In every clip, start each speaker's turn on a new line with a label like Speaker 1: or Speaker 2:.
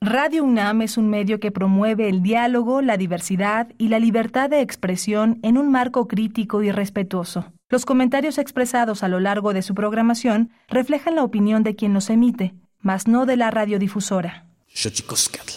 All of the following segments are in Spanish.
Speaker 1: Radio UNAM es un medio que promueve el diálogo, la diversidad y la libertad de expresión en un marco crítico y respetuoso. Los comentarios expresados a lo largo de su programación reflejan la opinión de quien los emite, mas no de la radiodifusora.
Speaker 2: Xochicóscatl.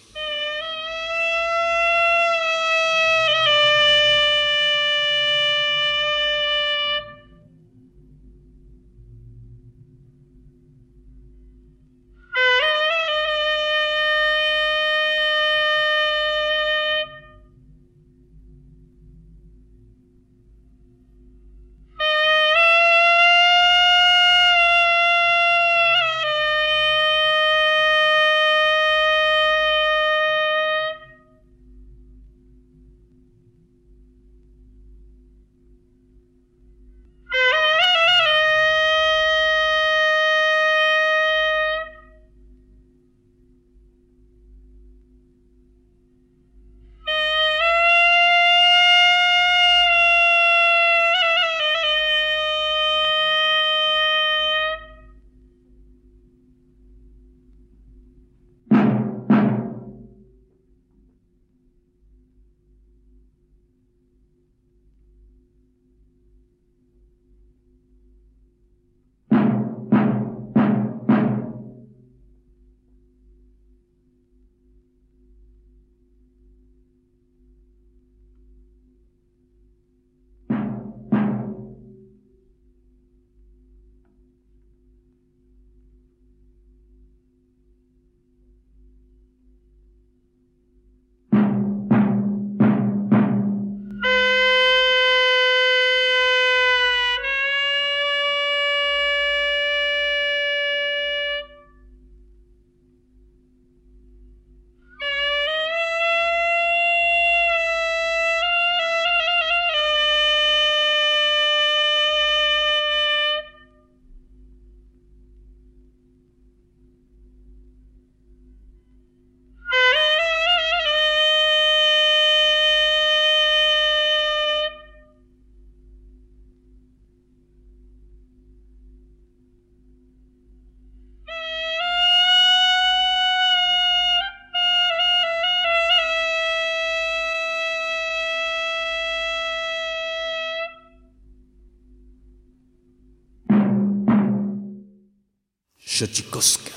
Speaker 2: Xochicóscatl.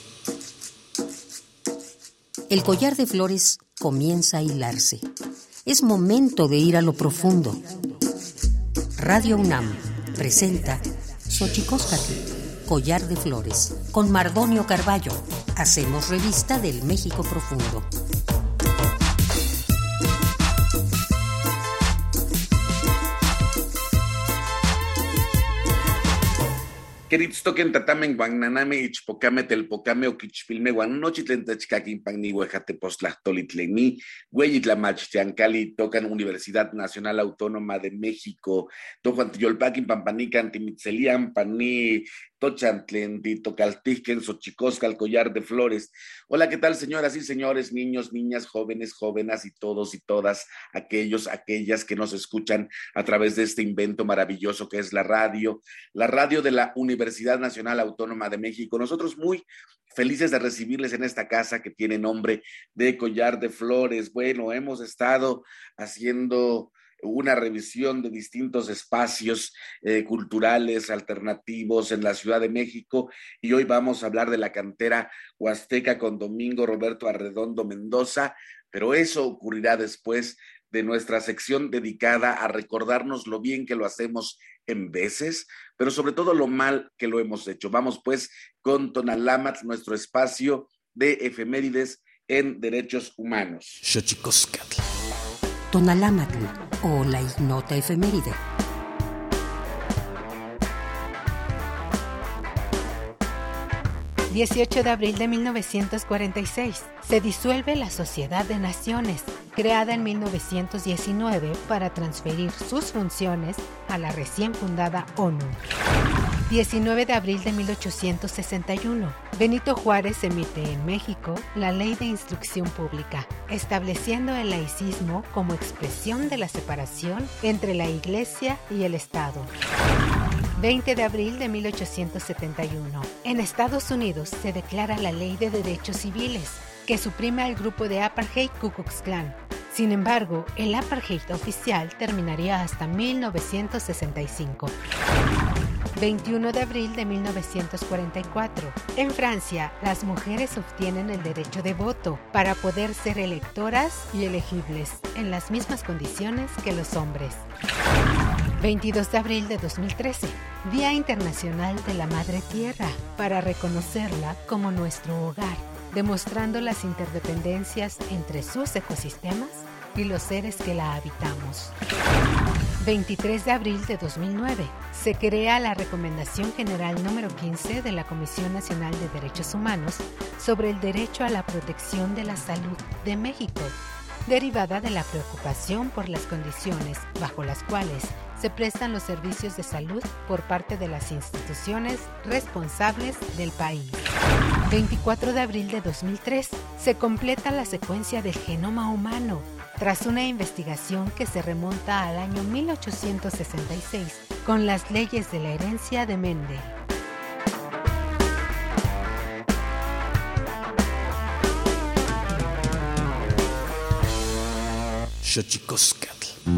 Speaker 3: El collar de flores comienza a hilarse. Es momento de ir a lo profundo. Radio UNAM presenta Xochicóscatl, collar de flores, con Mardonio Carballo. Hacemos revista del México profundo.
Speaker 2: Queritztoquen tatamen guananame ichpocame telpocame oquichpilme guanochitlen tachcaquimpan huejatepostlahtolitleni, hueyitlamachtiancali tocan Universidad Nacional Autónoma de México, tojuantiyolpaquin pampanican timitzelian pani tochantlen titocaltijquen Xochicóscatl, collar de flores. Hola, ¿qué tal, señoras y señores, niños, niñas, jóvenes, jóvenes y todos y todas aquellas que nos escuchan a través de este invento maravilloso que es la radio de la Universidad Nacional Autónoma de México? Nosotros muy felices de recibirles en esta casa que tiene nombre de Collar de Flores. Bueno, hemos estado haciendo una revisión de distintos espacios culturales alternativos en la Ciudad de México y hoy vamos a hablar de la cantera huasteca con Domingo Roberto Arredondo Mendoza, pero eso ocurrirá después de nuestra sección dedicada a recordarnos lo bien que lo hacemos en veces, pero sobre todo lo mal que lo hemos hecho. Vamos pues con Tonalámatl, nuestro espacio de efemérides en derechos humanos.
Speaker 3: Xochicóscatl. Tonalámatl, o la ignota efeméride.
Speaker 4: 18 de abril de 1946, se disuelve la Sociedad de Naciones, creada en 1919 para transferir sus funciones a la recién fundada ONU. 19 de abril de 1861, Benito Juárez emite en México la Ley de Instrucción Pública, estableciendo el laicismo como expresión de la separación entre la Iglesia y el Estado. 20 de abril de 1871. En Estados Unidos se declara la Ley de Derechos Civiles, que suprime al grupo de apartheid Ku Klux Klan. Sin embargo, el apartheid oficial terminaría hasta 1965. 21 de abril de 1944. En Francia, las mujeres obtienen el derecho de voto para poder ser electoras y elegibles en las mismas condiciones que los hombres. 22 de abril de 2013. Día Internacional de la Madre Tierra, para reconocerla como nuestro hogar, demostrando las interdependencias entre sus ecosistemas y los seres que la habitamos. 23 de abril de 2009. Se crea la Recomendación General número 15 de la Comisión Nacional de Derechos Humanos sobre el derecho a la protección de la salud de México, derivada de la preocupación por las condiciones bajo las cuales se prestan los servicios de salud por parte de las instituciones responsables del país. 24 de abril de 2003. Se completa la secuencia del genoma humano, tras una investigación que se remonta al año 1866 con las leyes de la herencia de Mendel.
Speaker 5: Xochicóscatl.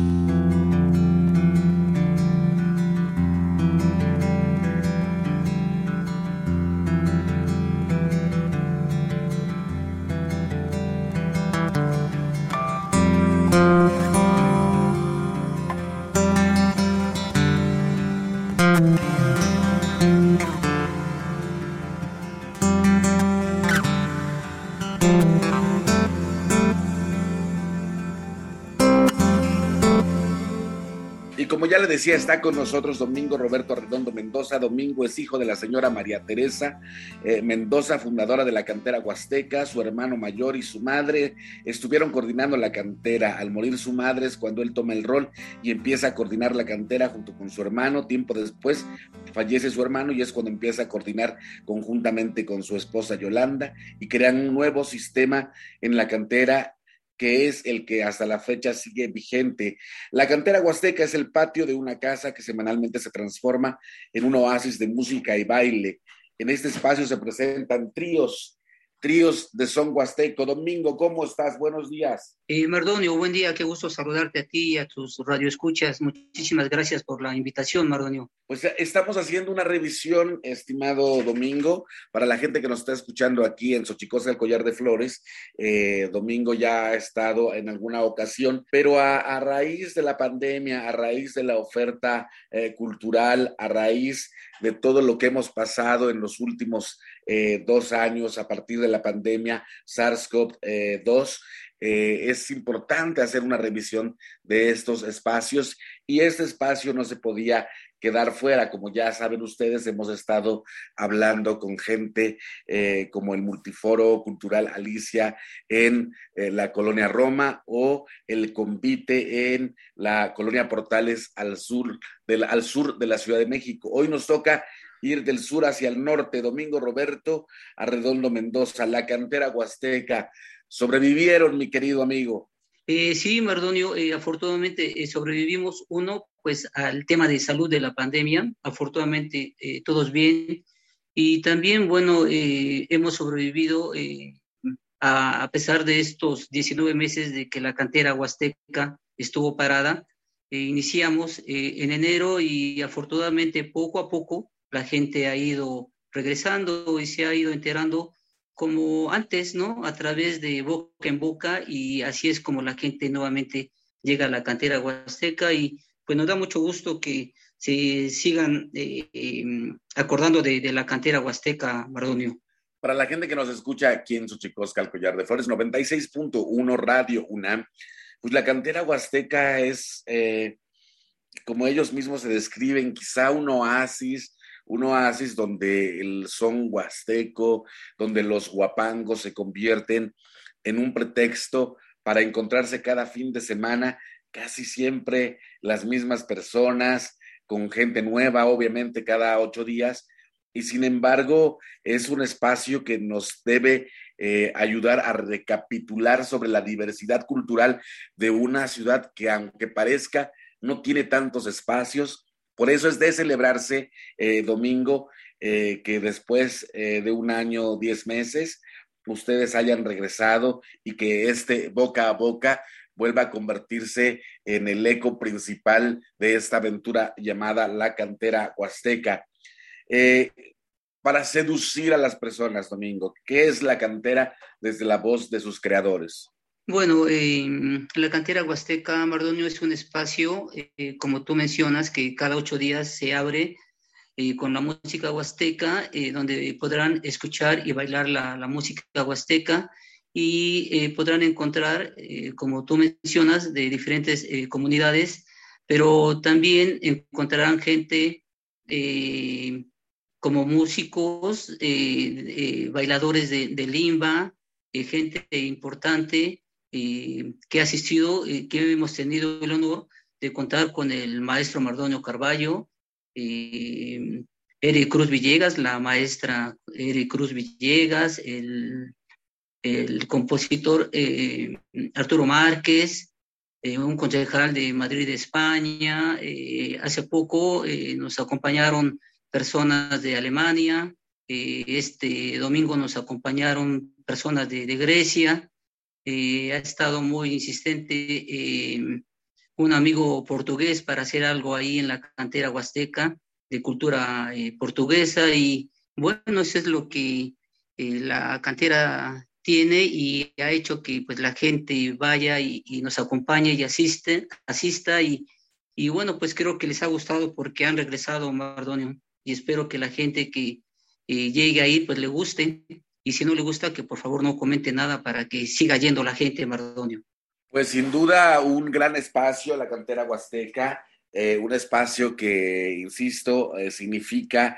Speaker 2: Como ya le decía, está con nosotros Domingo Roberto Arredondo Mendoza. Domingo es hijo de la señora María Teresa Mendoza, fundadora de la cantera Huasteca. Su hermano mayor y su madre estuvieron coordinando la cantera. Al morir su madre es cuando él toma el rol y empieza a coordinar la cantera junto con su hermano. Tiempo después fallece su hermano y es cuando empieza a coordinar conjuntamente con su esposa Yolanda y crean un nuevo sistema en la cantera, que es el que hasta la fecha sigue vigente. La cantera Huasteca es el patio de una casa que semanalmente se transforma en un oasis de música y baile. En este espacio se presentan tríos de son huasteco. Domingo, ¿cómo estás? Buenos días.
Speaker 6: Mardonio, buen día, qué gusto saludarte a ti y a tus radioescuchas. Muchísimas gracias por la invitación, Mardonio.
Speaker 2: Pues estamos haciendo una revisión, estimado Domingo, para la gente que nos está escuchando aquí en Xochicóscatl, el Collar de Flores. Domingo ya ha estado en alguna ocasión, pero a raíz de la pandemia, a raíz de la oferta cultural, a raíz de todo lo que hemos pasado en los últimos 2 años a partir de la pandemia SARS-CoV-2, es importante hacer una revisión de estos espacios y este espacio no se podía quedar fuera. Como ya saben ustedes, hemos estado hablando con gente como el Multiforo Cultural Alicia en la Colonia Roma o el Convite en la Colonia Portales al sur de la Ciudad de México. Hoy nos toca ir del sur hacia el norte. Domingo Roberto Arredondo Mendoza, la cantera huasteca. ¿Sobrevivieron, mi querido amigo?
Speaker 6: Sí, Mardonio, afortunadamente sobrevivimos, pues al tema de salud de la pandemia, afortunadamente todos bien, y también, bueno, hemos sobrevivido a pesar de estos 19 meses de que la cantera huasteca estuvo parada. Iniciamos en enero y afortunadamente poco a poco la gente ha ido regresando y se ha ido enterando como antes, ¿no? A través de boca en boca, y así es como la gente nuevamente llega a la cantera huasteca, y pues nos da mucho gusto que se sigan acordando de la cantera huasteca, Mardonio.
Speaker 2: Para la gente que nos escucha aquí en Xochicóscatl, el Collar de Flores, 96.1 Radio UNAM, pues la cantera huasteca es, como ellos mismos se describen, quizá un oasis donde el son huasteco, donde los huapangos se convierten en un pretexto para encontrarse cada fin de semana, casi siempre las mismas personas, con gente nueva, obviamente cada 8 días, y sin embargo es un espacio que nos debe ayudar a recapitular sobre la diversidad cultural de una ciudad que, aunque parezca, no tiene tantos espacios. Por eso es de celebrarse, Domingo, que después de 1 año, 10 meses, ustedes hayan regresado y que este boca a boca vuelva a convertirse en el eco principal de esta aventura llamada La Cantera Huasteca. Eh, para seducir a las personas, Domingo, ¿qué es La Cantera desde la voz de sus creadores?
Speaker 6: Bueno, la cantera Huasteca, Mardonio, es un espacio, como tú mencionas, que cada 8 días se abre con la música huasteca, donde podrán escuchar y bailar la música huasteca y podrán encontrar, como tú mencionas, de diferentes comunidades, pero también encontrarán gente como músicos, bailadores de limba, gente importante que ha asistido, que hemos tenido el honor de contar con el maestro Mardonio Carballo, Eri Cruz Villegas, la maestra Eri Cruz Villegas, el compositor Arturo Márquez, un concejal de Madrid, España. Hace poco nos acompañaron personas de Alemania, este domingo nos acompañaron personas de Grecia. Ha estado muy insistente un amigo portugués para hacer algo ahí en la cantera huasteca de cultura portuguesa, y bueno, eso es lo que la cantera tiene y ha hecho que pues la gente vaya y nos acompañe y asista y bueno, pues creo que les ha gustado porque han regresado, Mardonio, y espero que la gente que llegue ahí pues le guste, y si no le gusta que por favor no comente nada para que siga yendo la gente, Mardonio.
Speaker 2: Pues sin duda un gran espacio, la cantera huasteca, un espacio que, insisto, significa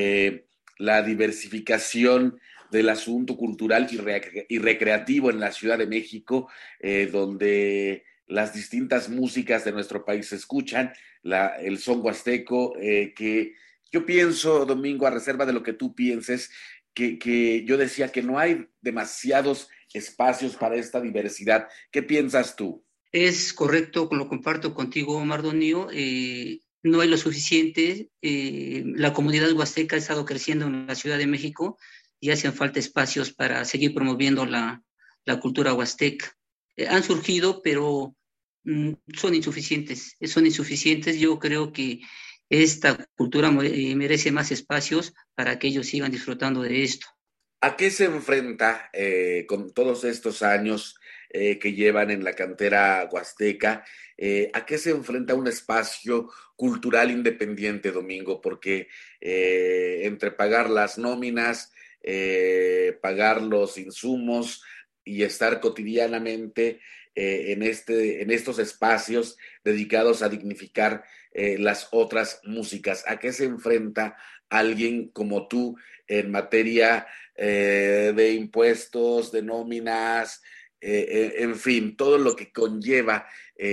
Speaker 2: la diversificación del asunto cultural y recreativo en la Ciudad de México, donde las distintas músicas de nuestro país se escuchan, el son huasteco, que yo pienso, Domingo, a reserva de lo que tú pienses, que yo decía que no hay demasiados espacios para esta diversidad. ¿Qué piensas tú?
Speaker 6: Es correcto, lo comparto contigo, Mardonio. No hay lo suficiente. La comunidad huasteca ha estado creciendo en la Ciudad de México y hacen falta espacios para seguir promoviendo la cultura huasteca. Han surgido, pero son insuficientes. Son insuficientes. Yo creo que esta cultura merece más espacios para que ellos sigan disfrutando de esto.
Speaker 2: ¿A qué se enfrenta con todos estos años que llevan en la cantera huasteca? ¿A qué se enfrenta un espacio cultural independiente, Domingo? Porque entre pagar las nóminas, pagar los insumos y estar cotidianamente en estos espacios dedicados a dignificar las otras músicas, ¿a qué se enfrenta alguien como tú en materia de impuestos, de nóminas, en fin, todo lo que conlleva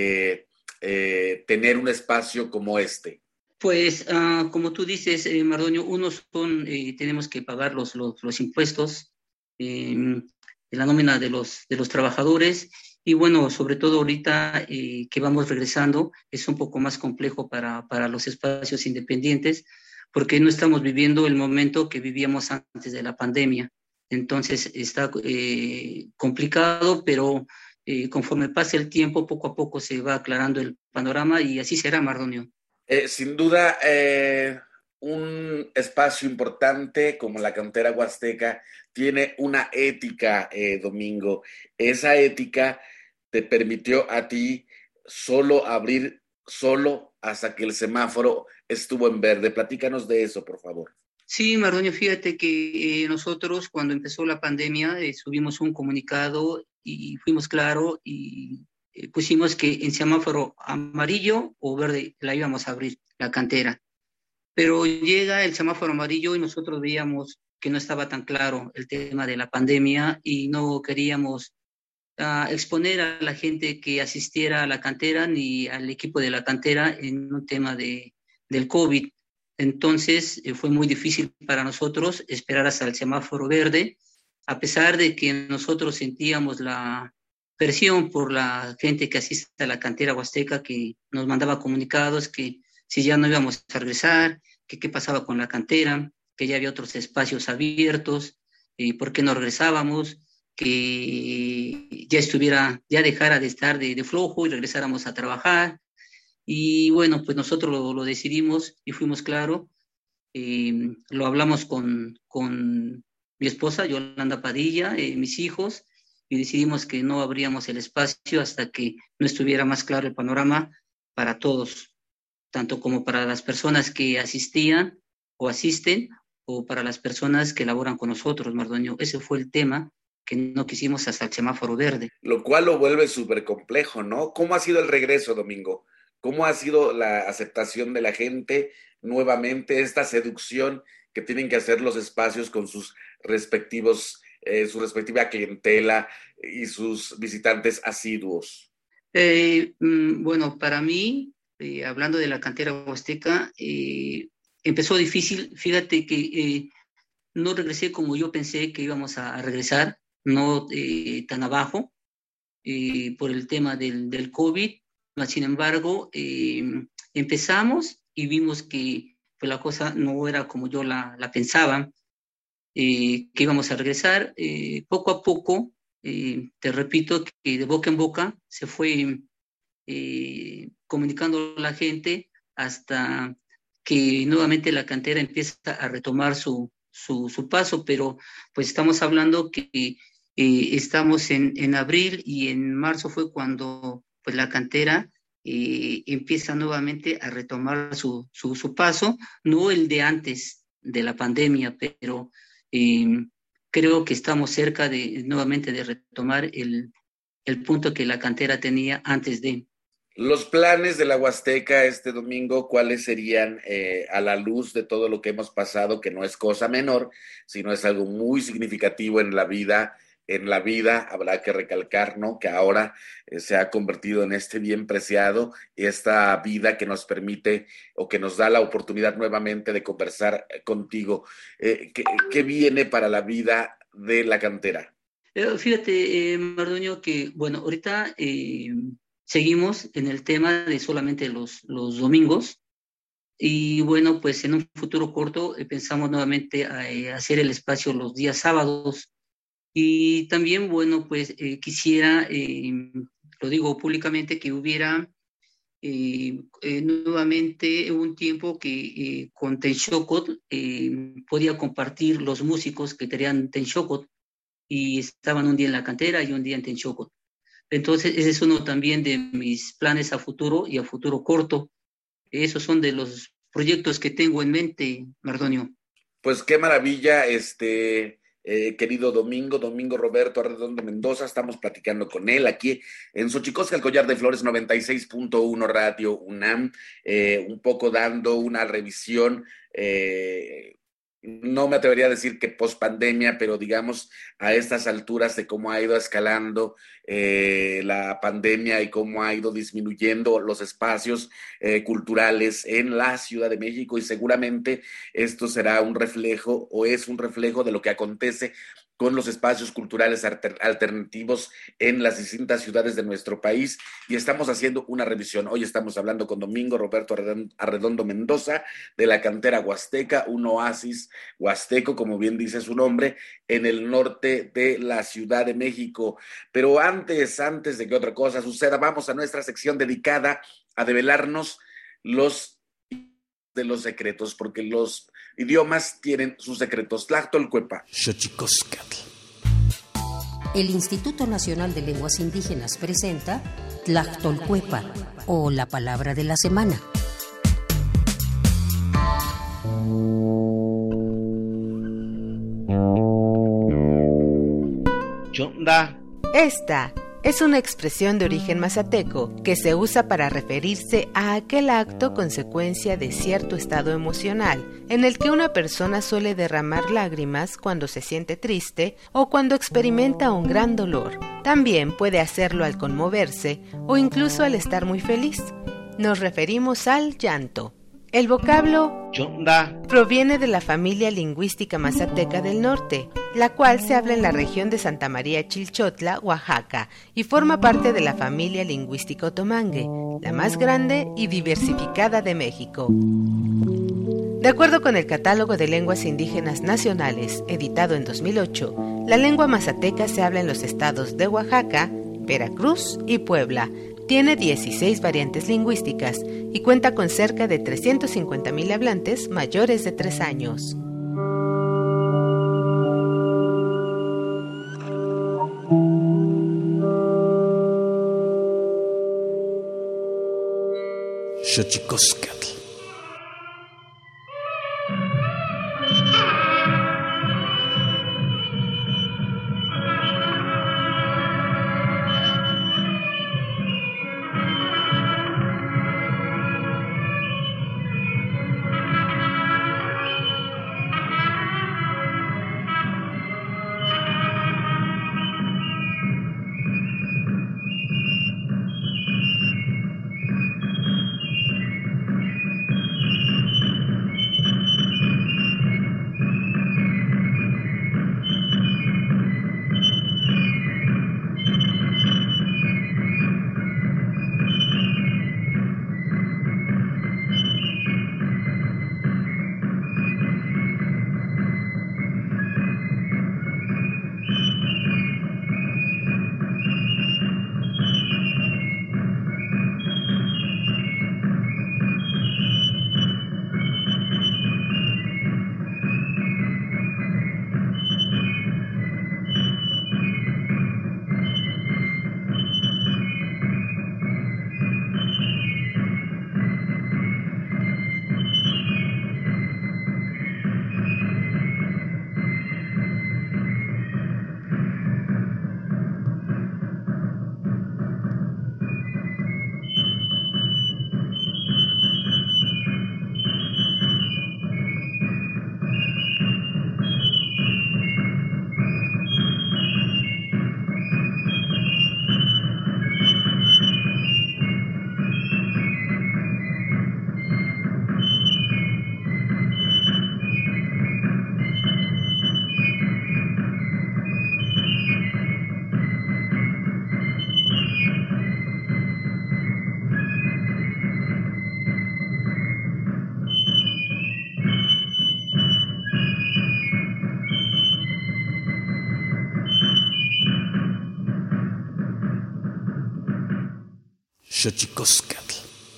Speaker 2: tener un espacio como este?
Speaker 6: Pues, como tú dices, Mardonio, tenemos que pagar los impuestos, la nómina de los trabajadores, y bueno, sobre todo ahorita que vamos regresando, es un poco más complejo para los espacios independientes, porque no estamos viviendo el momento que vivíamos antes de la pandemia. Entonces está complicado, pero conforme pase el tiempo, poco a poco se va aclarando el panorama y así será, Mardonio.
Speaker 2: Sin duda, un espacio importante como la cantera huasteca tiene una ética, Domingo. Esa ética te permitió a ti solo abrir hasta que el semáforo estuvo en verde. Platícanos de eso, por favor.
Speaker 6: Sí, Mardonio, fíjate que nosotros cuando empezó la pandemia subimos un comunicado y fuimos claros y pusimos que en semáforo amarillo o verde la íbamos a abrir, la cantera. Pero llega el semáforo amarillo y nosotros veíamos que no estaba tan claro el tema de la pandemia y no queríamos exponer a la gente que asistiera a la cantera ni al equipo de la cantera en un tema del COVID. Entonces fue muy difícil para nosotros esperar hasta el semáforo verde, a pesar de que nosotros sentíamos la presión por la gente que asiste a la cantera huasteca, que nos mandaba comunicados que si ya no íbamos a regresar, que qué pasaba con la cantera, que ya había otros espacios abiertos. por qué no regresábamos, que ya dejara de estar de flojo y regresáramos a trabajar. Y bueno, pues nosotros lo decidimos y fuimos claros. Lo hablamos con mi esposa, Yolanda Padilla, mis hijos, y decidimos que no abríamos el espacio hasta que no estuviera más claro el panorama para todos, tanto como para las personas que asistían o asisten, o para las personas que laboran con nosotros, Mardonio. Ese fue el tema que no quisimos hasta el semáforo verde.
Speaker 2: Lo cual lo vuelve súper complejo, ¿no? ¿Cómo ha sido el regreso, Domingo? ¿Cómo ha sido la aceptación de la gente nuevamente, esta seducción que tienen que hacer los espacios con sus respectivos, su respectiva clientela y sus visitantes asiduos?
Speaker 6: Bueno, para mí, hablando de la cantera huasteca, empezó difícil. Fíjate que no regresé como yo pensé que íbamos a regresar, no tan abajo, por el tema del COVID. Sin embargo, empezamos y vimos que pues, la cosa no era como yo la pensaba, que íbamos a regresar. Poco a poco, te repito, que de boca en boca se fue comunicando la gente hasta que nuevamente la cantera empieza a retomar su paso, pero pues estamos hablando que estamos en abril, y en marzo fue cuando pues la cantera empieza nuevamente a retomar su paso, no el de antes de la pandemia, pero creo que estamos cerca nuevamente de retomar el punto que la cantera tenía antes de.
Speaker 2: Los planes de la Huasteca este domingo, ¿cuáles serían a la luz de todo lo que hemos pasado, que no es cosa menor, sino es algo muy significativo en la vida? Habrá que recalcar, ¿no?, que ahora se ha convertido en este bien preciado, esta vida que nos permite o que nos da la oportunidad nuevamente de conversar contigo. ¿Qué viene para la vida de la cantera?
Speaker 6: Fíjate, Mardoño, que bueno, ahorita seguimos en el tema de solamente los domingos, y bueno, pues en un futuro corto pensamos nuevamente hacer el espacio los días sábados. Y también, bueno, pues quisiera, lo digo públicamente, que hubiera nuevamente un tiempo que con Tenshokot podía compartir los músicos que tenían Tenshokot y estaban un día en la cantera y un día en Tenshokot. Entonces, ese es uno también de mis planes a futuro y a futuro corto. Esos son de los proyectos que tengo en mente, Mardonio.
Speaker 2: Pues qué maravilla, querido Domingo Roberto Arredondo Mendoza. Estamos platicando con él aquí en Xochicosca, el Collar de Flores, 96.1 Radio UNAM, un poco dando una revisión, no me atrevería a decir que post pandemia, pero digamos a estas alturas de cómo ha ido escalando la pandemia y cómo ha ido disminuyendo los espacios culturales en la Ciudad de México, y seguramente esto será un reflejo o es un reflejo de lo que acontece con los espacios culturales alternativos en las distintas ciudades de nuestro país, y estamos haciendo una revisión. Hoy estamos hablando con Domingo Roberto Arredondo Mendoza, de la cantera huasteca, un oasis huasteco, como bien dice su nombre, en el norte de la Ciudad de México. Pero antes de que otra cosa suceda, vamos a nuestra sección dedicada a develarnos los secretos, porque los idiomas tienen sus secretos. Tlachtolcuepa.
Speaker 5: Xochicóscatl.
Speaker 3: El Instituto Nacional de Lenguas Indígenas presenta Tlachtolcuepa, o la palabra de la semana.
Speaker 2: Chonda.
Speaker 4: Esta es una expresión de origen mazateco que se usa para referirse a aquel acto consecuencia de cierto estado emocional en el que una persona suele derramar lágrimas cuando se siente triste o cuando experimenta un gran dolor. También puede hacerlo al conmoverse o incluso al estar muy feliz. Nos referimos al llanto. El vocablo Chonda proviene de la familia lingüística mazateca del norte, la cual se habla en la región de Santa María Chilchotla, Oaxaca, y forma parte de la familia lingüística otomangue, la más grande y diversificada de México. De acuerdo con el Catálogo de Lenguas Indígenas Nacionales, editado en 2008, la lengua mazateca se habla en los estados de Oaxaca, Veracruz y Puebla. Tiene 16 variantes lingüísticas y cuenta con cerca de 350,000 hablantes mayores de 3 años.
Speaker 5: Xochicóscatl. Xochicóscatl.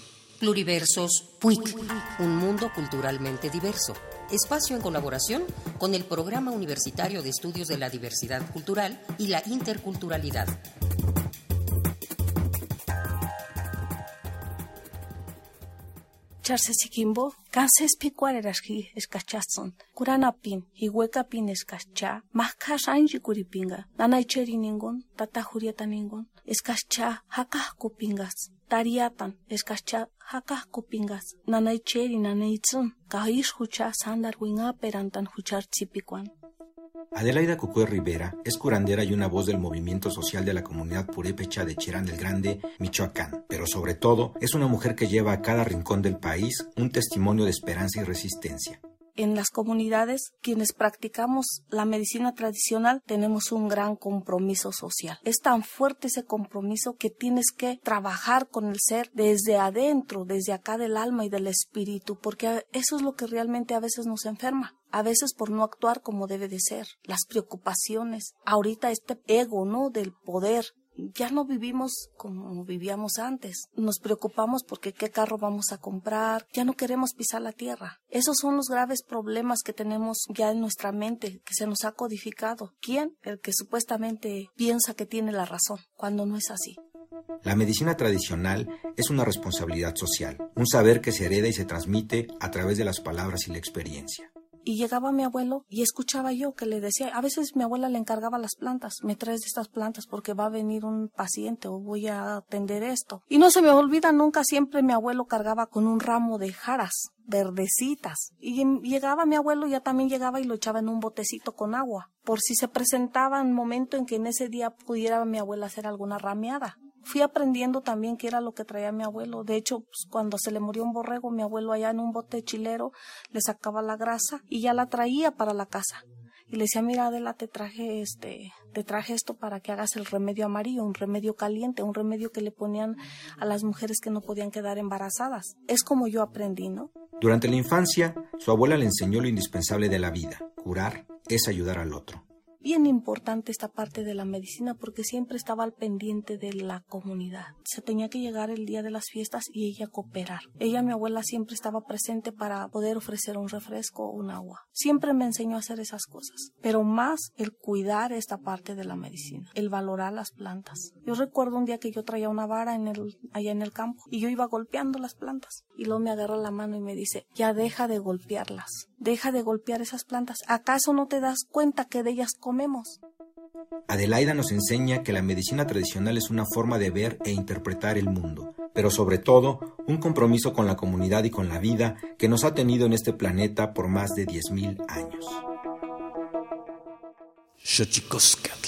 Speaker 3: Pluriversos PUIC, un mundo culturalmente diverso. Espacio en colaboración con el Programa Universitario de Estudios de la Diversidad Cultural y la Interculturalidad.
Speaker 7: Charsesikimbo, Kanses Picuarerashi, Escachazon, Kuranapin, Hihuecapin Escacha, Maskas Anji Kuripinga, Nanaicheri Ningon, Tata Jurieta Ningon, Escacha, Hakah Kupingas, Tariatan, Escacha, Hakah Kupingas, Nanaicheri Nanaitzun, Kahish Hucha, Sandar Winga Perantan Huchar Tzipikuan.
Speaker 8: Adelaida Cucue Rivera es curandera y una voz del movimiento social de la comunidad purépecha de Cherán del Grande, Michoacán, pero sobre todo es una mujer que lleva a cada rincón del país un testimonio de esperanza y resistencia.
Speaker 7: En las comunidades, quienes practicamos la medicina tradicional, tenemos un gran compromiso social. Es tan fuerte ese compromiso que tienes que trabajar con el ser desde adentro, desde acá del alma y del espíritu, porque eso es lo que realmente a veces nos enferma. A veces por no actuar como debe de ser. Las preocupaciones, ahorita este ego, ¿no?, del poder. Ya no vivimos como vivíamos antes. Nos preocupamos porque qué carro vamos a comprar. Ya no queremos pisar la tierra. Esos son los graves problemas que tenemos ya en nuestra mente, que se nos ha codificado. ¿Quién? El que supuestamente piensa que tiene la razón, cuando no es así.
Speaker 8: La medicina tradicional es una responsabilidad social, un saber que se hereda y se transmite a través de las palabras y la experiencia.
Speaker 7: Y llegaba mi abuelo y escuchaba yo que le decía, a veces mi abuela le encargaba las plantas, me traes de estas plantas porque va a venir un paciente o voy a atender esto. Y no se me olvida nunca, siempre mi abuelo cargaba con un ramo de jaras verdecitas. Y llegaba mi abuelo, ya también llegaba y lo echaba en un botecito con agua, por si se presentaba un momento en que en ese día pudiera mi abuela hacer alguna rameada. Fui aprendiendo también qué era lo que traía mi abuelo. De hecho, pues, cuando se le murió un borrego, mi abuelo allá en un bote chilero le sacaba la grasa y ya la traía para la casa. Y le decía, mira Adela, te traje esto para que hagas el remedio amarillo, un remedio caliente, un remedio que le ponían a las mujeres que no podían quedar embarazadas. Es como yo aprendí, ¿no?
Speaker 8: Durante la infancia, su abuela le enseñó lo indispensable de la vida. Curar es ayudar al otro.
Speaker 7: Bien importante esta parte de la medicina porque siempre estaba al pendiente de la comunidad. Se tenía que llegar el día de las fiestas y ella cooperar. Mi abuela, siempre estaba presente para poder ofrecer un refresco o un agua. Siempre me enseñó a hacer esas cosas, pero más el cuidar esta parte de la medicina, el valorar las plantas. Yo recuerdo un día que yo traía una vara allá en el campo y yo iba golpeando las plantas y luego me agarra la mano y me dice, ya deja de golpearlas, deja de golpear esas plantas. ¿Acaso no te das cuenta que de ellas comemos?
Speaker 8: Adelaida nos enseña que la medicina tradicional es una forma de ver e interpretar el mundo, pero sobre todo un compromiso con la comunidad y con la vida que nos ha tenido en este planeta por más de 10,000 años.
Speaker 5: Xochicóscatl.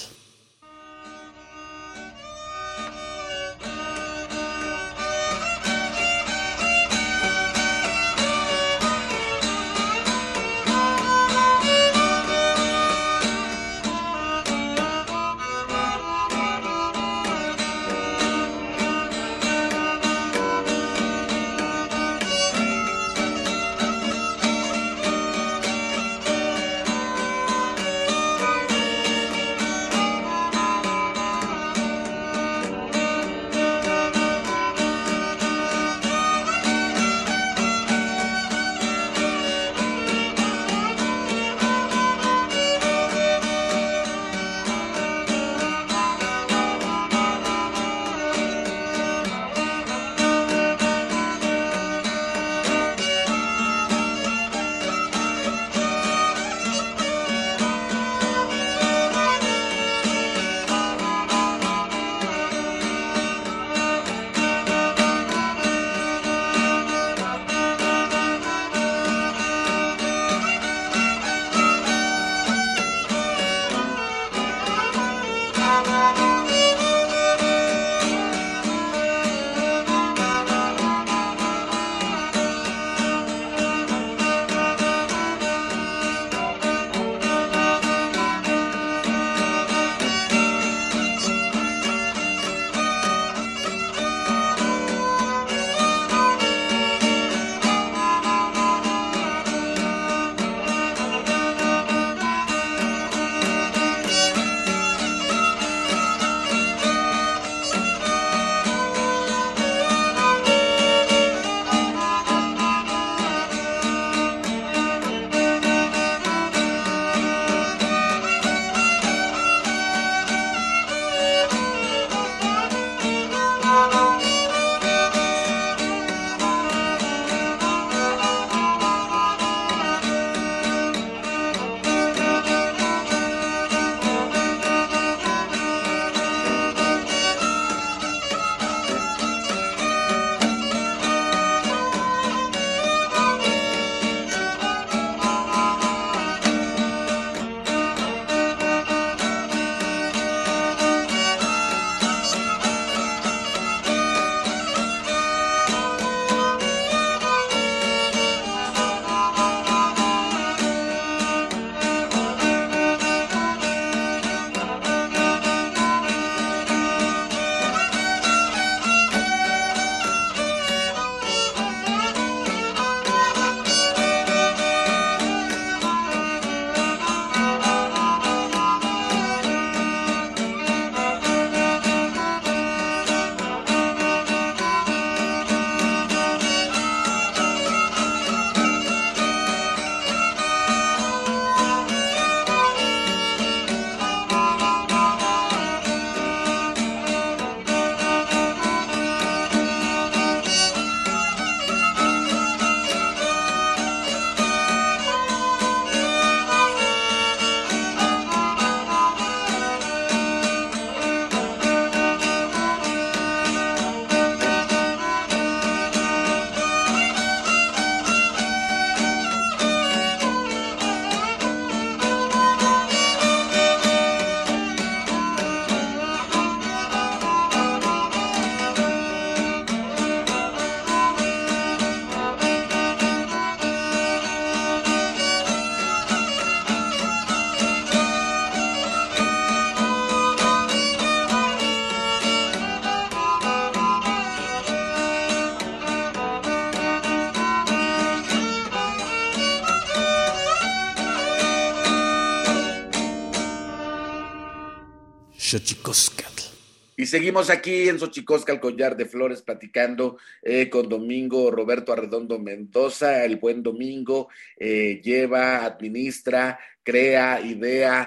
Speaker 5: Xochicóscatl.
Speaker 2: Y seguimos aquí en Xochicóscatl, Collar de Flores, platicando con Domingo Roberto Arredondo Mendoza. El buen Domingo lleva, administra, crea, idea,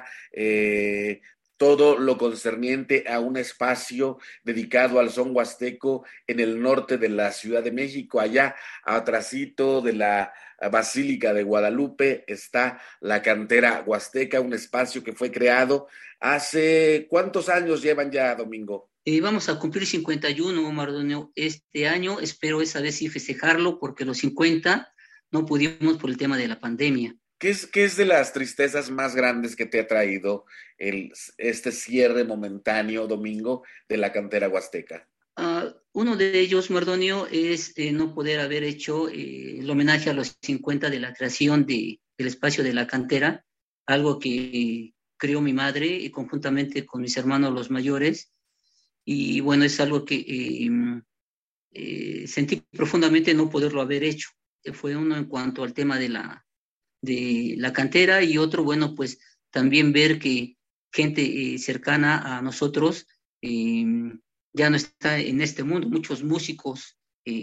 Speaker 2: todo lo concerniente a un espacio dedicado al son huasteco en el norte de la Ciudad de México. Allá, atrasito de la Basílica de Guadalupe, está la Cantera Huasteca, un espacio que fue creado hace... ¿Cuántos años llevan ya, Domingo?
Speaker 6: Vamos a cumplir 51, Mardonio, este año. Espero esa vez sí festejarlo, porque los 50 no pudimos por el tema de la pandemia.
Speaker 2: ¿Qué es de las tristezas más grandes que te ha traído este cierre momentáneo, Domingo, de la Cantera Huasteca?
Speaker 6: Uno de ellos, Mardonio, es no poder haber hecho el homenaje a los 50 de la creación del espacio de la cantera, algo que creó mi madre conjuntamente con mis hermanos los mayores. Y bueno, es algo que sentí profundamente no poderlo haber hecho. Fue uno en cuanto al tema de la cantera, y otro, bueno, pues también ver que gente cercana a nosotros ya no está en este mundo. Muchos músicos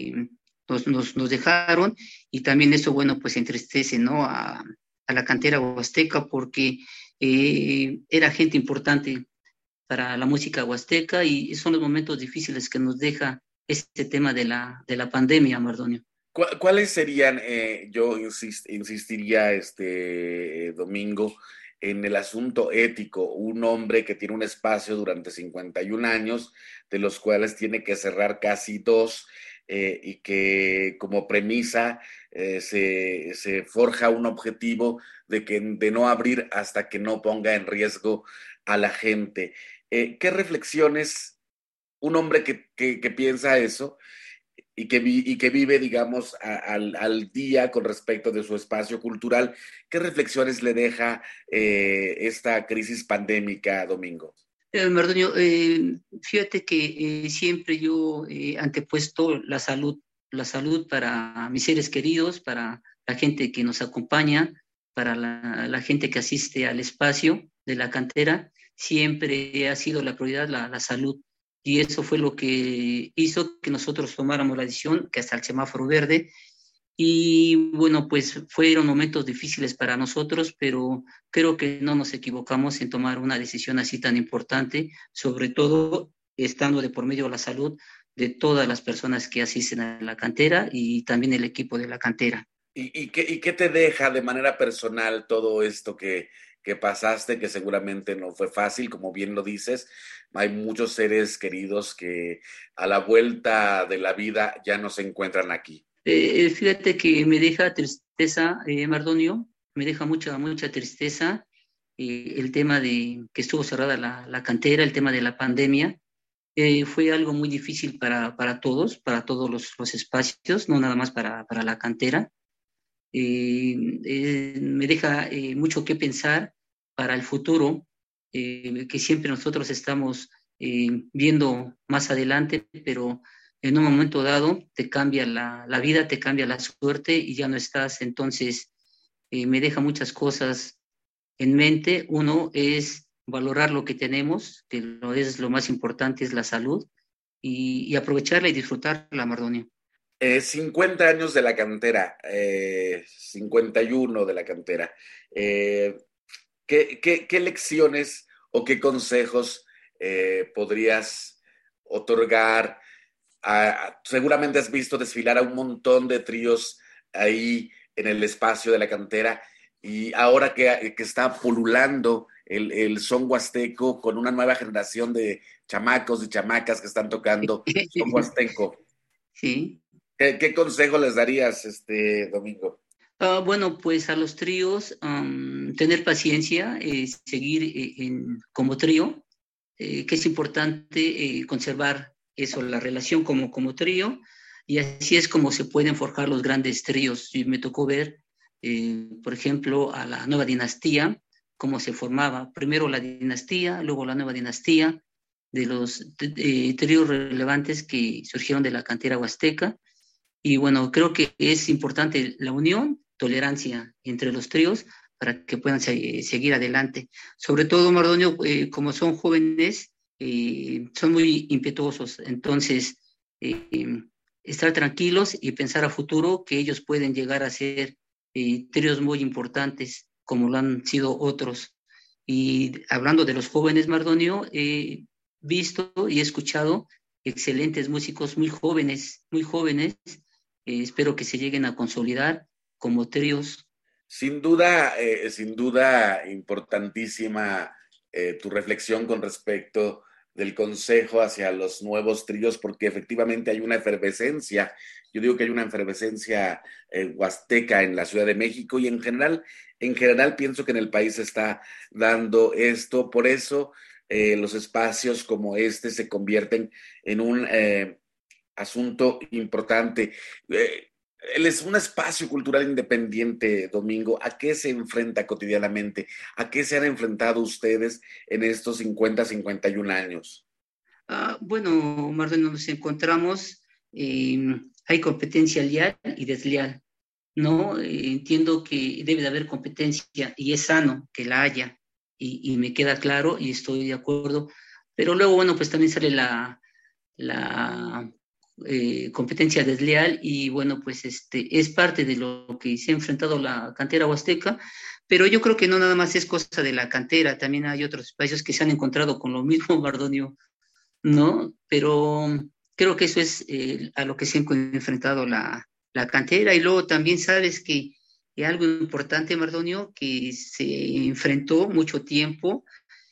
Speaker 6: nos dejaron, y también eso, bueno, pues entristece, ¿no? A la cantera huasteca, porque era gente importante para la música huasteca, y son los momentos difíciles que nos deja este tema de la pandemia, Mardonio.
Speaker 2: ¿Cuáles serían, yo insistiría, Domingo, en el asunto ético? Un hombre que tiene un espacio durante 51 años, de los cuales tiene que cerrar casi 2, y que como premisa se forja un objetivo de no abrir hasta que no ponga en riesgo a la gente. ¿Qué reflexiones un hombre que piensa eso y que vive, digamos, al día con respecto de su espacio cultural, qué reflexiones le deja esta crisis pandémica, Domingo?
Speaker 6: Mardonio, fíjate que siempre yo antepuesto la salud para mis seres queridos, para la gente que nos acompaña, para la gente que asiste al espacio de la cantera. Siempre ha sido la prioridad la salud, y eso fue lo que hizo que nosotros tomáramos la decisión, que hasta el semáforo verde. Y bueno, pues fueron momentos difíciles para nosotros, pero creo que no nos equivocamos en tomar una decisión así tan importante, sobre todo estando de por medio la salud de todas las personas que asisten a la cantera, y también el equipo de la cantera.
Speaker 2: ¿Y qué te deja de manera personal todo esto que pasaste, que seguramente no fue fácil, como bien lo dices? Hay muchos seres queridos que a la vuelta de la vida ya no se encuentran aquí.
Speaker 6: Fíjate que me deja tristeza, Mardonio, me deja mucha tristeza el tema de que estuvo cerrada la cantera, el tema de la pandemia. Fue algo muy difícil para todos los espacios, no nada más para la cantera. Me deja mucho que pensar para el futuro, que siempre nosotros estamos viendo más adelante, pero en un momento dado te cambia la vida, te cambia la suerte, y ya no estás. Entonces me deja muchas cosas en mente. Uno es valorar lo que tenemos, que es lo más importante, es la salud, y aprovecharla y disfrutarla, Mardonio.
Speaker 2: 50 años de la cantera, 51 de la cantera. ¿Qué lecciones o qué consejos podrías otorgar? Seguramente has visto desfilar a un montón de tríos ahí en el espacio de la cantera, y ahora que está pululando el son huasteco con una nueva generación de chamacos y chamacas que están tocando son huasteco.
Speaker 6: Sí.
Speaker 2: ¿Qué consejo les darías, Domingo?
Speaker 6: Bueno, pues a los tríos, tener paciencia, seguir como trío, que es importante conservar eso, la relación como trío, y así es como se pueden forjar los grandes tríos. Y me tocó ver, por ejemplo, a la nueva dinastía, cómo se formaba. Primero la dinastía, luego la nueva dinastía, de los tríos relevantes que surgieron de la cantera huasteca. Y bueno, creo que es importante la unión, tolerancia entre los tríos, para que puedan seguir adelante. Sobre todo, Mardonio, como son jóvenes, son muy impetuosos, entonces estar tranquilos y pensar a futuro que ellos pueden llegar a ser tríos muy importantes, como lo han sido otros. Y hablando de los jóvenes, Mardonio, he visto y he escuchado excelentes músicos muy jóvenes, espero que se lleguen a consolidar como tríos.
Speaker 2: Sin duda, importantísima tu reflexión con respecto del consejo hacia los nuevos tríos, porque efectivamente hay una efervescencia. Yo digo que hay una efervescencia huasteca en la Ciudad de México y en general pienso que en el país se está dando esto. Por eso los espacios como este se convierten en un asunto importante. Él es un espacio cultural independiente, Domingo. ¿A qué se enfrenta cotidianamente? ¿A qué se han enfrentado ustedes en estos 51 años?
Speaker 6: Bueno, Mardonio, nos encontramos, hay competencia leal y desleal, ¿no? Entiendo que debe de haber competencia y es sano que la haya, y me queda claro y estoy de acuerdo, pero luego, bueno, pues también sale la competencia desleal y bueno, pues es parte de lo que se ha enfrentado la cantera huasteca, pero yo creo que no nada más es cosa de la cantera, también hay otros espacios que se han encontrado con lo mismo, Mardonio, ¿no? Pero creo que eso es a lo que se ha enfrentado la cantera y luego también sabes que algo importante, Mardonio, que se enfrentó mucho tiempo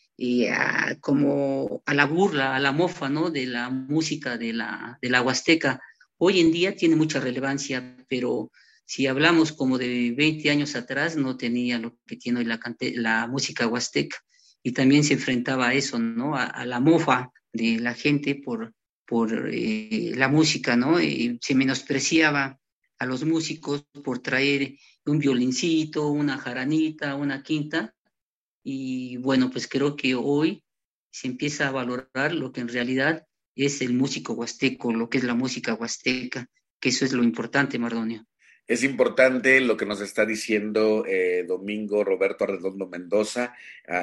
Speaker 6: como a la burla, a la mofa, ¿no? De la música de la Huasteca. Hoy en día tiene mucha relevancia, pero si hablamos como de 20 años atrás, no tenía lo que tiene hoy la música huasteca. Y también se enfrentaba a eso, ¿no? A la mofa de la gente por la música, ¿no? Se menospreciaba a los músicos por traer un violincito, una jaranita, una quinta, y bueno, pues creo que hoy se empieza a valorar lo que en realidad es el músico huasteco, lo que es la música huasteca, que eso es lo importante, Mardonio.
Speaker 2: Es importante lo que nos está diciendo Domingo Roberto Arredondo Mendoza,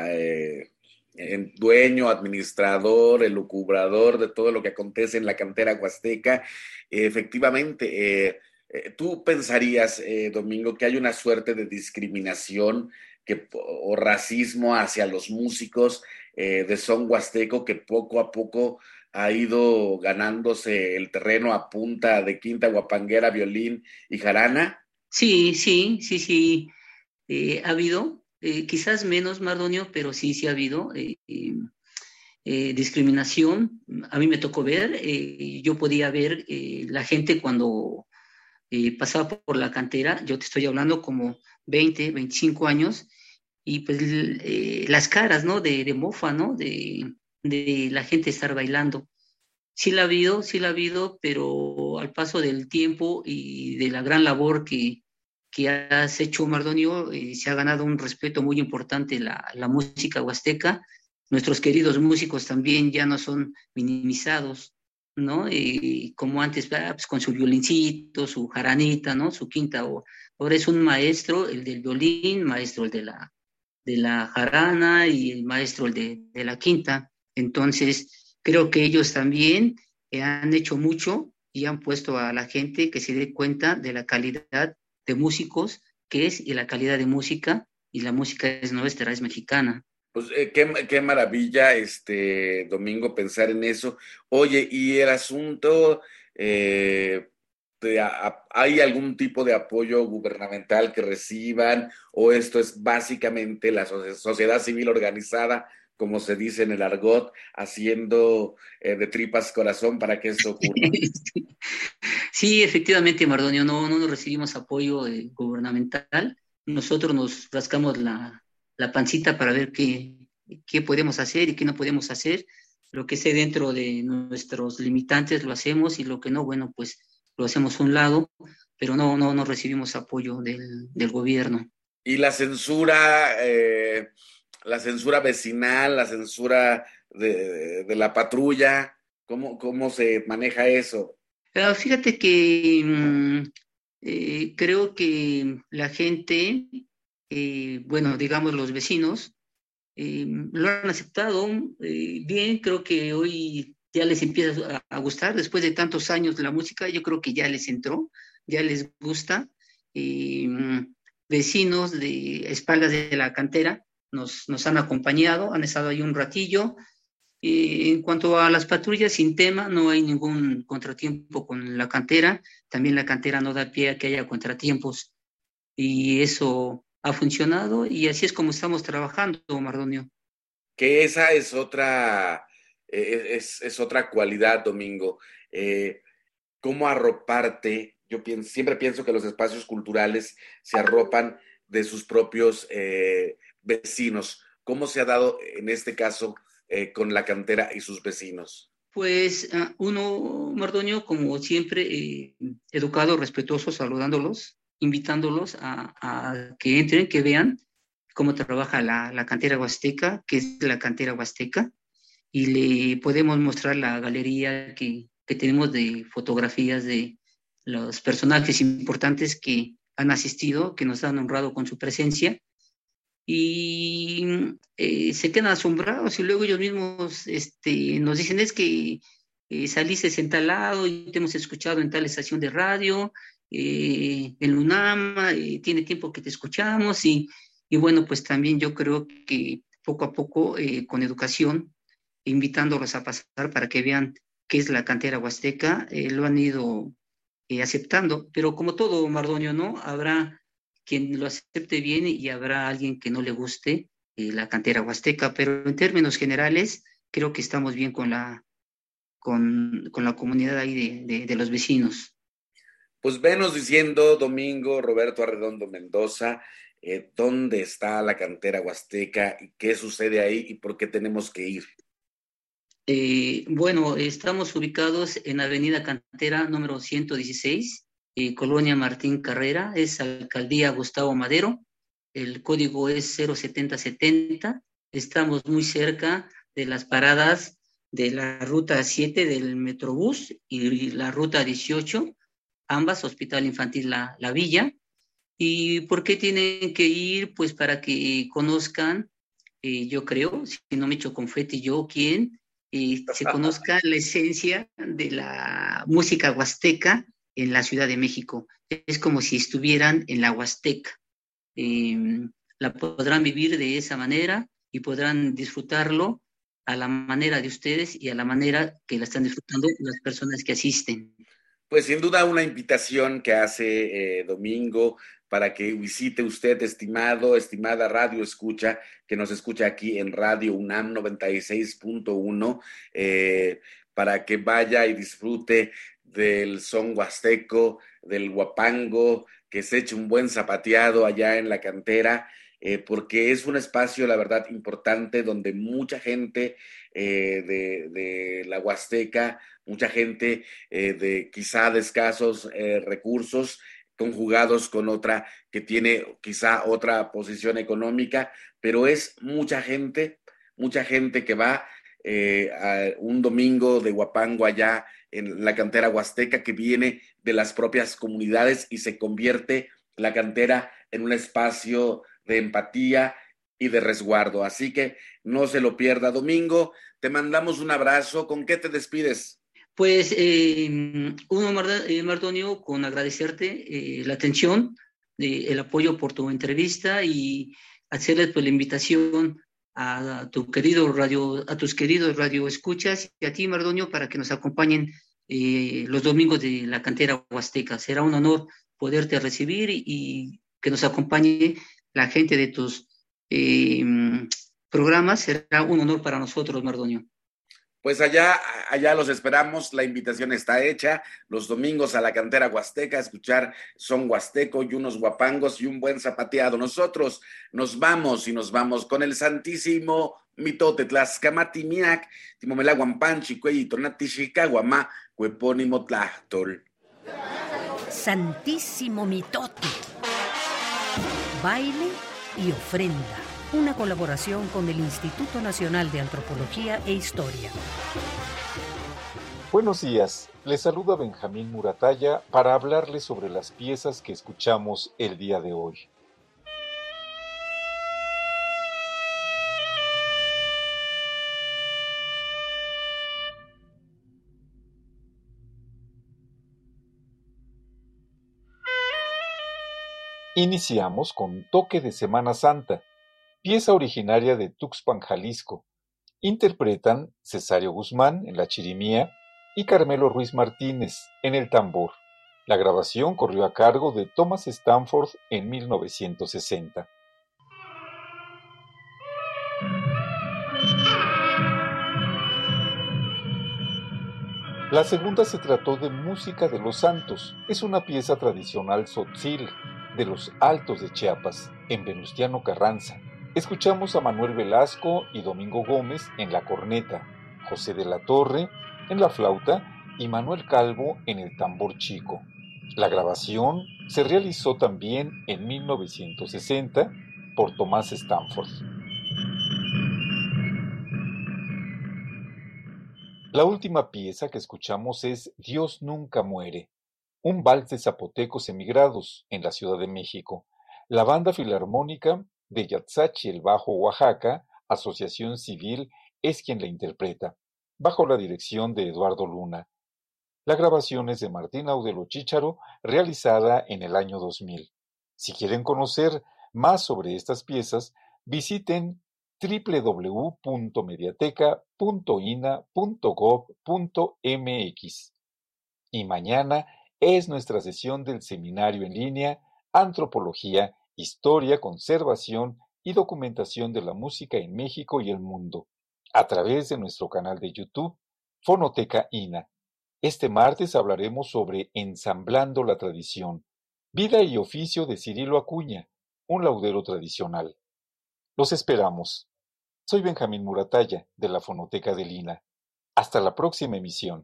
Speaker 2: dueño, administrador, elucubrador de todo lo que acontece en la cantera huasteca. Efectivamente, ¿tú pensarías, Domingo, que hay una suerte de discriminación o racismo hacia los músicos de son huasteco que poco a poco ha ido ganándose el terreno a punta de quinta, guapanguera, violín y jarana?
Speaker 6: Sí, ha habido, quizás menos, Mardonio, pero sí ha habido discriminación. A mí me tocó ver, yo podía ver la gente cuando pasaba por la cantera, yo te estoy hablando como 20, 25 años, y pues las caras, ¿no? De mofa, ¿no? De la gente estar bailando. Sí la ha habido, pero al paso del tiempo y de la gran labor que has hecho, Mardonio, se ha ganado un respeto muy importante la música huasteca. Nuestros queridos músicos también ya no son minimizados, ¿no? Como antes, pues, con su violincito, su jaranita, ¿no? Su quinta. Ahora es un maestro, el del violín, maestro el de la jarana y el maestro el de la quinta. Entonces, creo que ellos también han hecho mucho y han puesto a la gente que se dé cuenta de la calidad de músicos que es y la calidad de música, y la música es nuestra, es mexicana.
Speaker 2: Pues qué maravilla, Domingo, pensar en eso. Oye, y el asunto, ¿hay algún tipo de apoyo gubernamental que reciban o esto es básicamente la sociedad civil organizada, como se dice en el argot, haciendo de tripas corazón para que esto ocurra?
Speaker 6: Sí, efectivamente, Mardonio, no recibimos apoyo gubernamental. Nosotros nos rascamos la pancita para ver qué podemos hacer y qué no podemos hacer. Lo que esté dentro de nuestros limitantes lo hacemos y lo que no, bueno, pues lo hacemos a un lado, pero no recibimos apoyo del gobierno.
Speaker 2: Y la censura vecinal, la censura de la patrulla, ¿cómo se maneja eso?
Speaker 6: Fíjate que creo que la gente bueno, digamos los vecinos, lo han aceptado bien. Creo que hoy ya les empieza a gustar, después de tantos años de la música, yo creo que ya les entró, ya les gusta. Vecinos de espaldas de la cantera nos han acompañado, han estado ahí un ratillo. En cuanto a las patrullas, sin tema, no hay ningún contratiempo con la cantera. También la cantera no da pie a que haya contratiempos, y eso ha funcionado, y así es como estamos trabajando, Mardonio.
Speaker 2: Que esa es otra, es otra cualidad, Domingo. ¿Cómo arroparte? Siempre pienso que los espacios culturales se arropan de sus propios vecinos. ¿Cómo se ha dado en este caso con la cantera y sus vecinos?
Speaker 6: Pues uno, Mardonio, como siempre, educado, respetuoso, saludándolos, invitándolos a que entren, que vean cómo trabaja la cantera huasteca, que es la cantera huasteca, y le podemos mostrar la galería que tenemos de fotografías de los personajes importantes que han asistido, que nos han honrado con su presencia, y se quedan asombrados, y luego ellos mismos nos dicen, es que saliste en tal lado y te hemos escuchado en tal estación de radio, en Lunama, tiene tiempo que te escuchamos, y bueno, pues también yo creo que poco a poco, con educación, invitándolos a pasar para que vean qué es la cantera huasteca, lo han ido aceptando, pero como todo, Mardonio, ¿no? Habrá quien lo acepte bien y habrá alguien que no le guste la cantera huasteca, pero en términos generales creo que estamos bien con la comunidad ahí de los vecinos.
Speaker 2: Pues venos diciendo, Domingo Roberto Arredondo Mendoza, dónde está la cantera huasteca y qué sucede ahí y por qué tenemos que ir.
Speaker 6: Bueno, estamos ubicados en Avenida Cantera número 116, Colonia Martín Carrera, es Alcaldía Gustavo Madero, el código es 07070, estamos muy cerca de las paradas de la ruta 7 del Metrobús y la ruta 18, ambas Hospital Infantil La Villa. ¿Y por qué tienen que ir? Pues para que conozcan, yo creo, si no me echo confeti yo, ¿quién? Se conozca la esencia de la música huasteca en la Ciudad de México. Es como si estuvieran en la Huasteca. La podrán vivir de esa manera y podrán disfrutarlo a la manera de ustedes y a la manera que la están disfrutando las personas que asisten.
Speaker 2: Pues sin duda una invitación que hace Domingo para que visite usted, estimada Radio Escucha, que nos escucha aquí en Radio UNAM 96.1, para que vaya y disfrute del son huasteco, del huapango, que se eche un buen zapateado allá en la cantera, porque es un espacio, la verdad, importante donde mucha gente de la Huasteca, mucha gente de quizá de escasos recursos, conjugados con otra que tiene quizá otra posición económica, pero es mucha gente que va a un domingo de huapango allá en la cantera huasteca, que viene de las propias comunidades y se convierte la cantera en un espacio de empatía y de resguardo. Así que no se lo pierda, Domingo. Te mandamos un abrazo. ¿Con qué te despides?
Speaker 6: Pues Mardonio, con agradecerte la atención, el apoyo por tu entrevista y hacerles pues la invitación a tus queridos radio escuchas y a ti, Mardonio, para que nos acompañen los domingos de la cantera huasteca. Será un honor poderte recibir y que nos acompañe la gente de tus programas. Será un honor para nosotros, Mardonio.
Speaker 2: Pues allá los esperamos, la invitación está hecha, los domingos a la cantera huasteca, a escuchar son huasteco y unos guapangos y un buen zapateado. Nosotros nos vamos con el santísimo mitote Tlaxcamatimiac, Timomela Guampanchi, Cuey, Tonatichica, Guamá, Cuepónimo Tlachtol.
Speaker 3: Santísimo mitote. Baile y ofrenda. Una colaboración con el Instituto Nacional de Antropología e Historia.
Speaker 9: Buenos días, les saluda Benjamín Muratalla para hablarles sobre las piezas que escuchamos el día de hoy. Iniciamos con Toque de Semana Santa, pieza originaria de Tuxpan, Jalisco. Interpretan Cesario Guzmán en la chirimía y Carmelo Ruiz Martínez en el tambor. La grabación corrió a cargo de Thomas Stanford en 1960. La segunda se trató de Música de los Santos. Es una pieza tradicional tzotzil de los Altos de Chiapas, en Venustiano Carranza. Escuchamos a Manuel Velasco y Domingo Gómez en la corneta, José de la Torre en la flauta y Manuel Calvo en el tambor chico. La grabación se realizó también en 1960 por Tomás Stanford. La última pieza que escuchamos es Dios nunca muere, un vals de zapotecos emigrados en la Ciudad de México. La Banda Filarmónica de Yatzachi el Bajo, Oaxaca, Asociación Civil, es quien la interpreta, bajo la dirección de Eduardo Luna. La grabación es de Martín Audelo Chícharo, realizada en el año 2000. Si quieren conocer más sobre estas piezas, visiten www.mediateca.ina.gov.mx. Y mañana es nuestra sesión del seminario en línea Antropología, Historia, Conservación y Documentación de la Música en México y el Mundo, a través de nuestro canal de YouTube, Fonoteca INA. Este martes hablaremos sobre Ensamblando la Tradición, vida y oficio de Cirilo Acuña, un laudero tradicional. Los esperamos. Soy Benjamín Muratalla, de la Fonoteca del INA. Hasta la próxima emisión.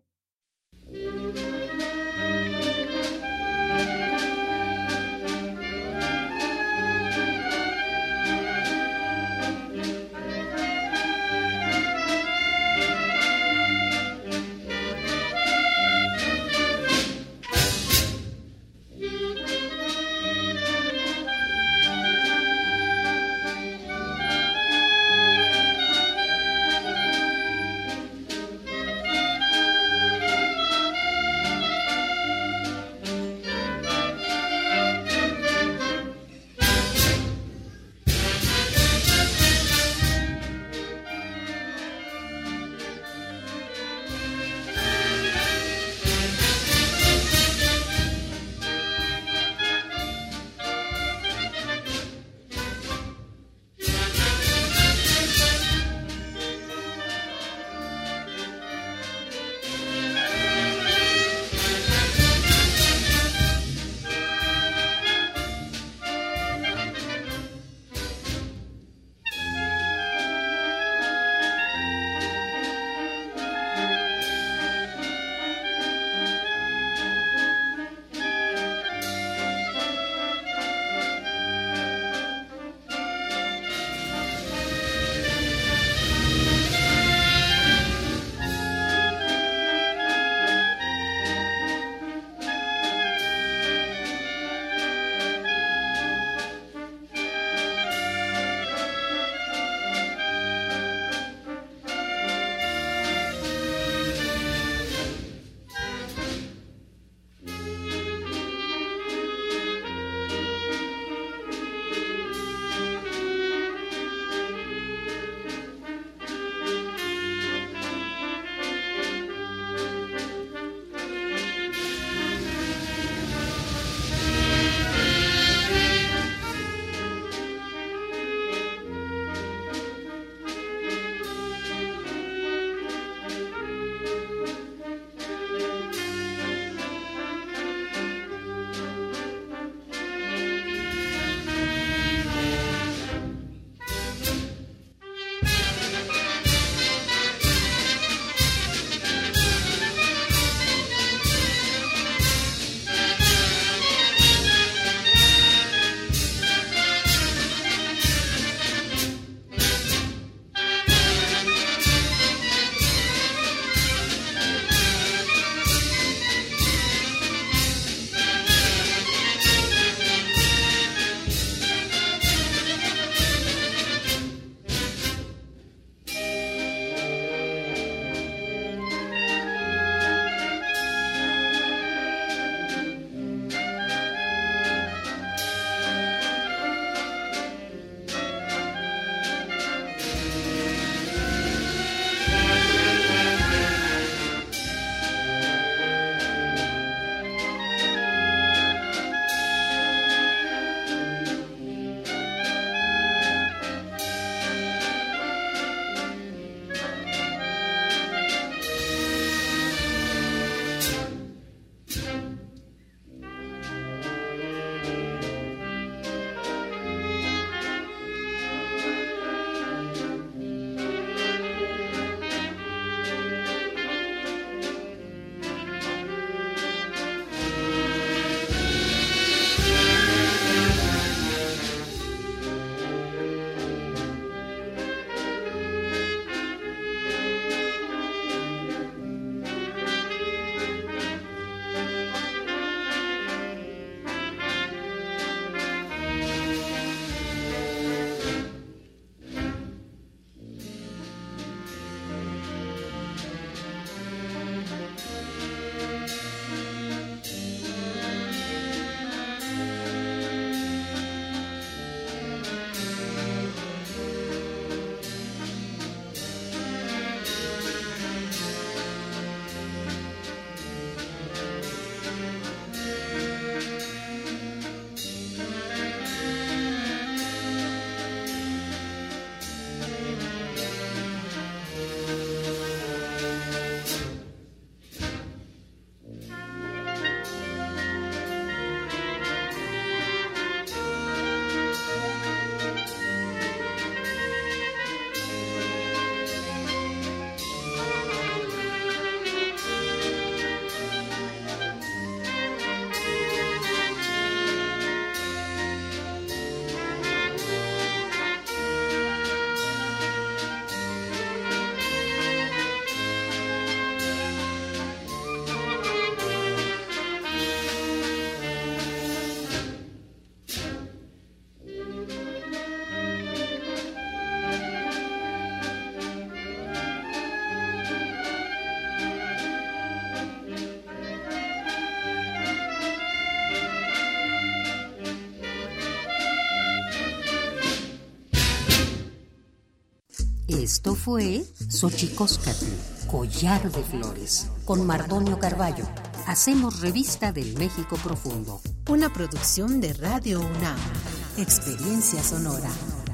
Speaker 3: Esto fue Xochicóscatl, Collar de Flores, con Mardonio Carballo. Hacemos Revista del México Profundo.
Speaker 4: Una producción de Radio UNAM.
Speaker 3: Experiencia sonora.